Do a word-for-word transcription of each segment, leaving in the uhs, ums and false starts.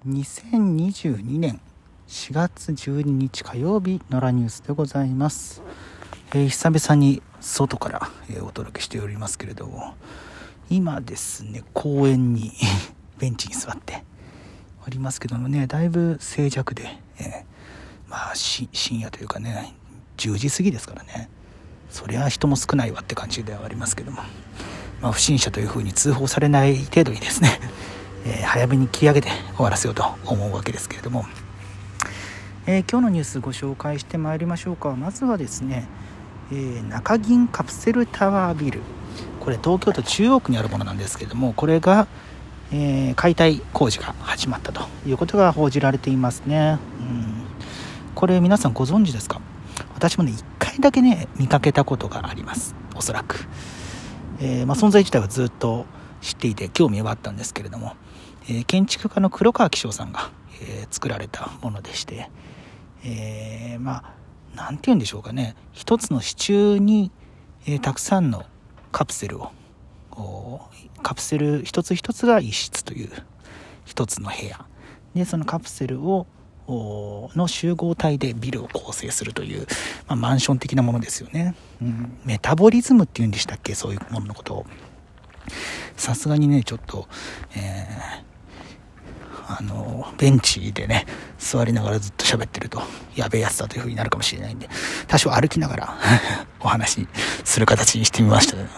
にせんにじゅうにねんしがつじゅうににち火曜日のらニュースでございます。えー、久々に外から、えー、お届けしておりますけれども、今ですね公園にベンチに座っておりますけどもね、だいぶ静寂で、えー、まあ深夜というかねじゅうじ過ぎですからね、そりゃ人も少ないわって感じではありますけども、まあ、不審者というふうに通報されない程度にですね、えー、早めに切り上げて終わらせようと思うわけですけれども、えー、今日のニュースご紹介してまいりましょうか。まずはですね、えー、中銀カプセルタワービル、これ東京都中央区にあるものなんですけれども、これが、えー、解体工事が始まったということが報じられていますね。うん、これ皆さんご存知ですか？私もねいっかいだけね見かけたことがあります。おそらく、えーまあ、存在自体はずっと知っていて興味はあったんですけれども、えー、建築家の黒川紀章さんが、えー、作られたものでして、えー、まあなんて言うんでしょうかね、一つの支柱に、えー、たくさんのカプセルをカプセル一つ一つが一室という一つの部屋で、そのカプセルをの集合体でビルを構成するという、まあ、マンション的なものですよね。うん、メタボリズムっていうんでしたっけ、そういうもののことを。さすがにねちょっと、えー、あのベンチでね座りながらずっと喋ってるとやべえやつだという風になるかもしれないんで、多少歩きながらお話しする形にしてみましたけど、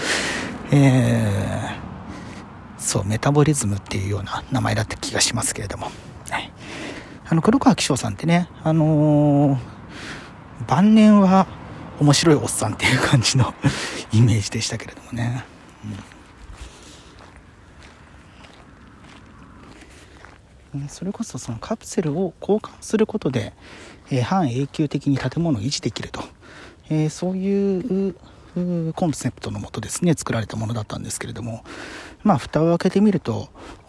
えー、そうメタボリズムっていうような名前だった気がしますけれども、はい、あの黒川紀章さんってね、あのー、晩年は面白いおっさんっていう感じのイメージでしたけれどもね、うん、それこそそのカプセルを交換することで、えー、半永久的に建物を維持できると、えー、そういうコンセプトのもとですね作られたものだったんですけれども、まあ蓋を開けてみると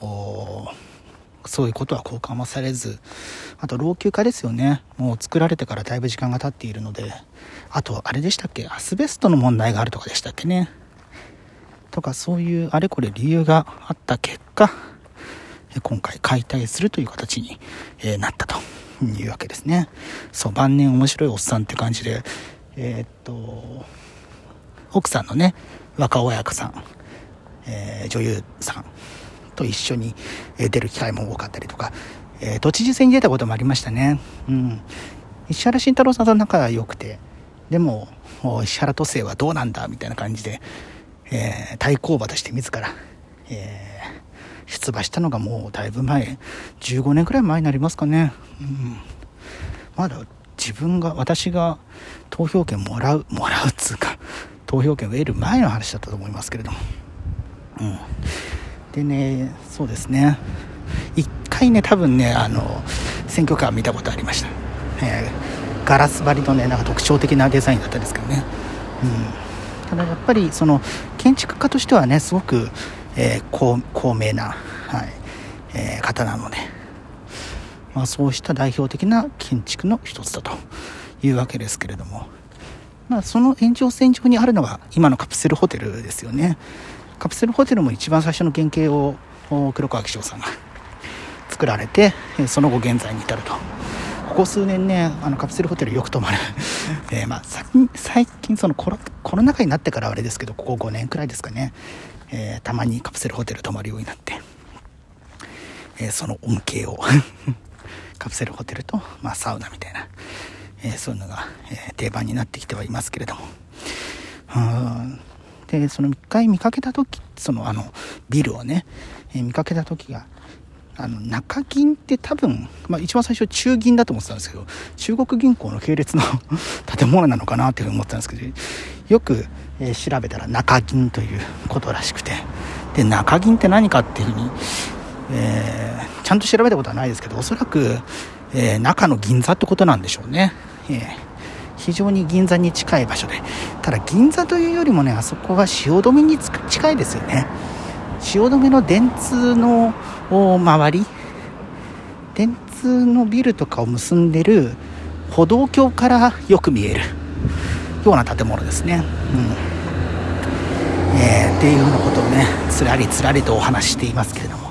そういうことは交換はされず、あと老朽化ですよね。もう作られてからだいぶ時間が経っているので、あとあれでしたっけ、アスベストの問題があるとかでしたっけね、とかそういうあれこれ理由があった結果、今回解体するという形になったというわけですね。そう晩年面白いおっさんって感じで、えー、っと奥さんのね若尾役さん、えー、女優さんと一緒に出る機会も多かったりとか、えー、都知事選に出たこともありましたね。うん、石原慎太郎さんと仲が良くて、でも石原都政はどうなんだみたいな感じで、えー、対抗馬として自ら、えー、出馬したのがもうだいぶ前、じゅうごねんくらい前になりますかね。うん、まだ自分が私が投票権もらうもらうっつうか投票権を得る前の話だったと思いますけれども、うん、でねそうですね一回ね多分ねあの選挙カー見たことありました。えー、ガラス張りのねなんか特徴的なデザインだったんですけどね、うん、ただやっぱりその建築家としてはねすごく、えー、高, 高名な、はいえー、方なので、まあ、そうした代表的な建築の一つだというわけですけれども、まあ、その延長線上にあるのが今のカプセルホテルですよね。カプセルホテルも一番最初の原型を黒川紀章さんが作られて、その後現在に至ると。ここ数年ねあのカプセルホテルよく泊まる、えーまあ、最近そのコロ、コロナ禍になってからはあれですけど、ここごねんくらいですかね、えー、たまにカプセルホテル泊まるようになって、えー、その恩恵をカプセルホテルと、まあ、サウナみたいな、えー、そういうのが、えー、定番になってきてはいますけれども、うんでそのいっかい見かけた時、そのあのビルをね、えー、見かけた時があの中銀って多分、まあ、一番最初中銀だと思ってたんですけど、中国銀行の系列の建物なのかなっていうふうに思ってたんですけど、よく、えー、調べたら中銀ということらしくて、で中銀って何かっていうふうに、えー、ちゃんと調べたことはないですけど、おそらく、えー、中の銀座ってことなんでしょうね。えー、非常に銀座に近い場所で、ただ銀座というよりもねあそこは汐留に近いですよね。汐留の電通の周り、電通のビルとかを結んでる歩道橋からよく見えるような建物ですね。うんえー、っていうようなことをねつらりつらりとお話していますけれども、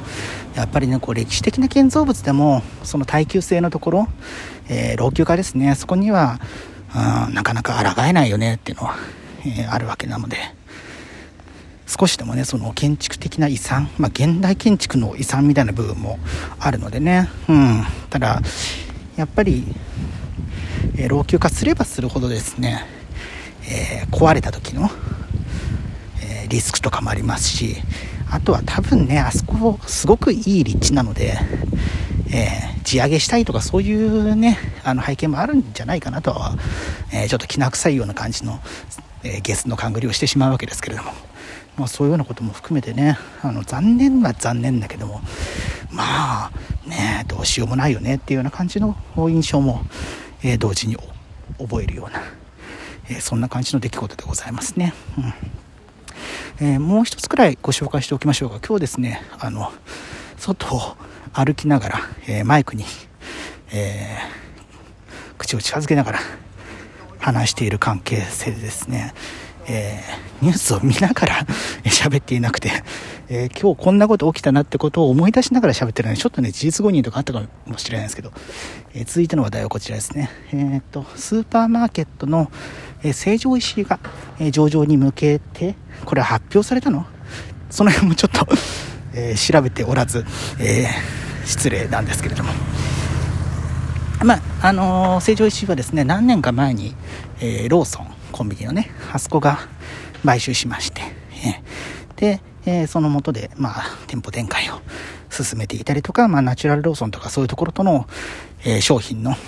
やっぱりねこう歴史的な建造物でもその耐久性のところ、えー、老朽化ですね、そこにはうんなかなか抗えないよねっていうのは、えー、あるわけなので、少しでもねその建築的な遺産、まあ、現代建築の遺産みたいな部分もあるのでね、うん、ただやっぱり、えー、老朽化すればするほどですね、えー、壊れた時の、えー、リスクとかもありますし、あとは多分ねあそこすごくいい立地なので、えー、地上げしたいとかそういうねあの背景もあるんじゃないかなとは、えー、ちょっときな臭いような感じの、えー、ゲスの勘繰りをしてしまうわけですけれども、まあ、そういうようなことも含めてねあの残念は残念だけども、まあねどうしようもないよねっていうような感じの印象も、えー、同時に覚えるような、えー、そんな感じの出来事でございますね。うんえー、もう一つくらいご紹介しておきましょうが、今日ですねあの外を歩きながら、えー、マイクに、えー、口を近づけながら話している関係性でですね、えー、ニュースを見ながら喋っていなくて、えー、今日こんなこと起きたなってことを思い出しながら喋ってるので、ちょっとね事実誤認とかあったかもしれないですけど、えー、続いての話題はこちらですね。えー、っとスーパーマーケットの、えー、成城石井が、えー、上場に向けてこれは発表されたの？その辺もちょっと、えー、調べておらず、えー、失礼なんですけれども、まああのー、成城石井はですね何年か前に、えー、ローソンコンビニのねあそこが買収しまして、えー、で、えー、その下で、まあ、店舗展開を進めていたりとか、まあ、ナチュラルローソンとかそういうところとの、えー、商品の、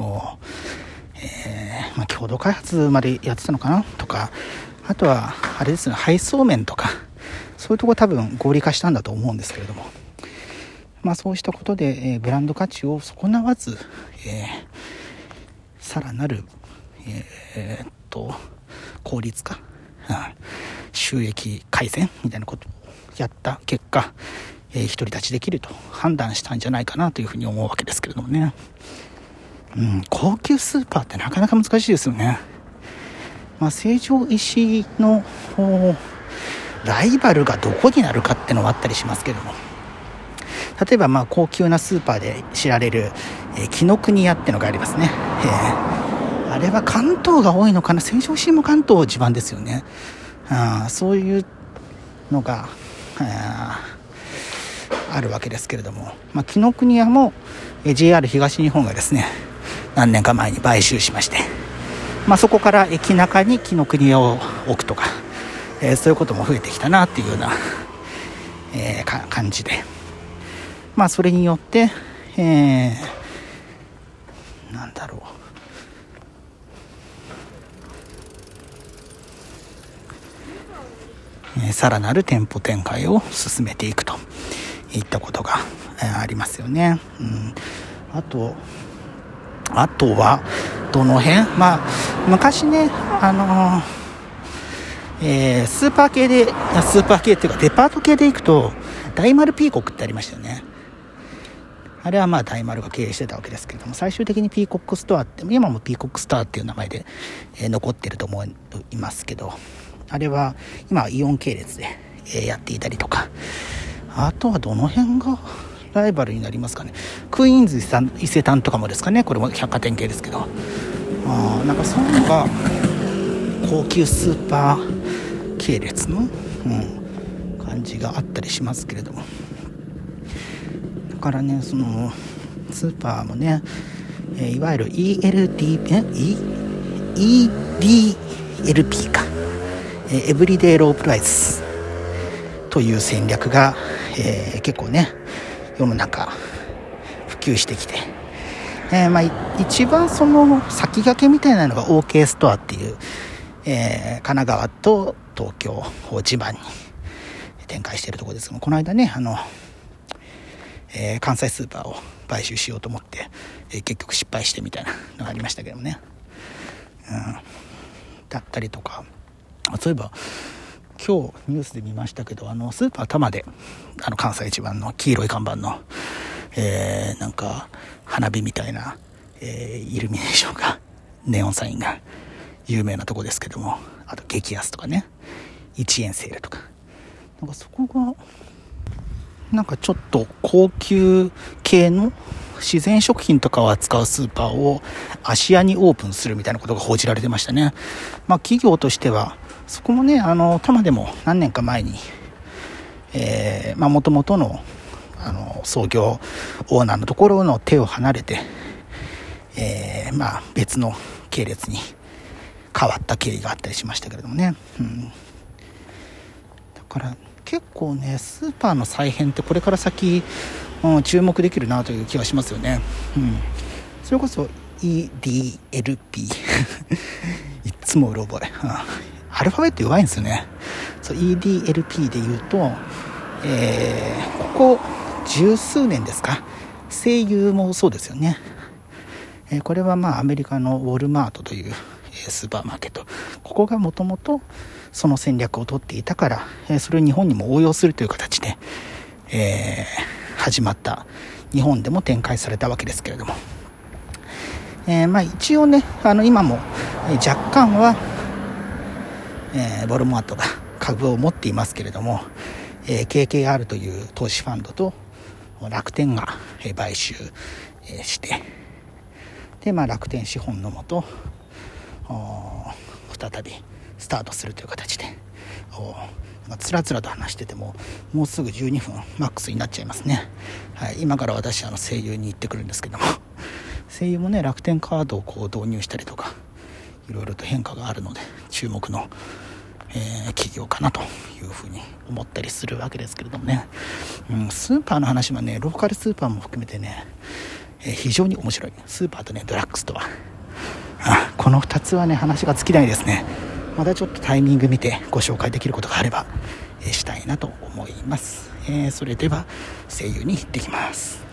えーまあ、共同開発までやってたのかなとか、あとはあれですね配送面とかそういうところ多分合理化したんだと思うんですけれども、まあ、そうしたことで、えー、ブランド価値を損なわず、えー、さらなる、えー、っと効率化、うん、収益改善みたいなことをやった結果、えー、独り立ちできると判断したんじゃないかなというふうに思うわけですけれどもね、うん、高級スーパーってなかなか難しいですよね。まあ、成城石井のライバルがどこになるかってのはあったりしますけども、例えばまあ高級なスーパーで知られる、えー、紀ノ国屋ってのがありますね、えー、あれは関東が多いのかな。成城石井も関東地盤ですよね。あそういうのがああるわけですけれども、まあ、紀ノ国屋も、えー、ジェイアール 東日本がですね何年か前に買収しまして、まあ、そこから駅中に紀ノ国屋を置くとか、えー、そういうことも増えてきたなっていうような、えー、か感じで、まあそれによって、えー、なんだろうえー、さらなる店舗展開を進めていくといったことが、えー、ありますよね。うん、あとあとはどの辺、まあ昔ねあのーえー、スーパー系でスーパー系っていうかデパート系で行くと大丸ピーコックってありましたよね。あれはまあ大丸が経営してたわけですけれども、最終的にピーコックストアって今もピーコックストアっていう名前で、えー、残ってると思いますけど、あれは今はイオン系列で、えー、やっていたりとか、あとはどの辺がライバルになりますかね。クイーンズ伊勢丹とかもですかね。これも百貨店系ですけど、あなんかそういうのが高級スーパー系列の、うん、感じがあったりしますけれども、だからねそのスーパーもね、えー、いわゆる イーエルディー え イーディーエルピー か、えー、エブリデイロープライスという戦略が、えー、結構ね世の中普及してきて、えーまあ、一番その先駆けみたいなのが OK ストアっていう、えー、神奈川と東京を地盤に展開しているところですが、この間ねあの、えー、関西スーパーを買収しようと思って、えー、結局失敗してみたいなのがありましたけどもね、うん、だったりとか、そういえば今日ニュースで見ましたけど、あのスーパー多摩であの関西一番の黄色い看板の、えー、なんか花火みたいな、えー、イルミネーションがネオンサインが有名なとこですけども、あと激安とかねいちえんセールとか、なんかそこがなんかちょっと高級系の自然食品とかを扱うスーパーを芦屋にオープンするみたいなことが報じられてましたね。まあ企業としてはそこもね、あの多摩でも何年か前にえー、まあ元々のあの創業オーナーのところの手を離れて、えー、まあ別の系列に変わった経緯があったりしましたけれどもね、うん、だから結構ねスーパーの再編ってこれから先、うん、注目できるなという気がしますよね、うん、それこそ イーディーエルピー いっつもうろ覚え、うん、アルファベット弱いんですよね。そう イーディーエルピー で言うと、えー、ここ十数年ですか、西友もそうですよね、えー、これはまあアメリカのウォルマートという、えー、スーパーマーケット、ここがもともとその戦略を取っていたから、えー、それを日本にも応用するという形で、えー、始まった、日本でも展開されたわけですけれども、えー、まあ一応ね、あの今も、えー、若干は、えー、ウォルマートが株を持っていますけれども、えー、ケーケーアール という投資ファンドと楽天が、えー、買収、えー、してで、まあ、楽天資本のもと再びスタートするという形で、まあ、つらつらと話しててももうすぐじゅうにふんマックスになっちゃいますね、はい、今から私あの声優に行ってくるんですけども、声優もね楽天カードをこう導入したりとかいろいろと変化があるので注目の、えー、企業かなというふうに思ったりするわけですけれどもね、うん、スーパーの話はねローカルスーパーも含めてね、えー、非常に面白い。スーパーとねドラッグストア、あこのふたつはね話が尽きないですね。またちょっとタイミング見てご紹介できることがあれば、えー、したいなと思います、えー、それでは声優に行ってきます。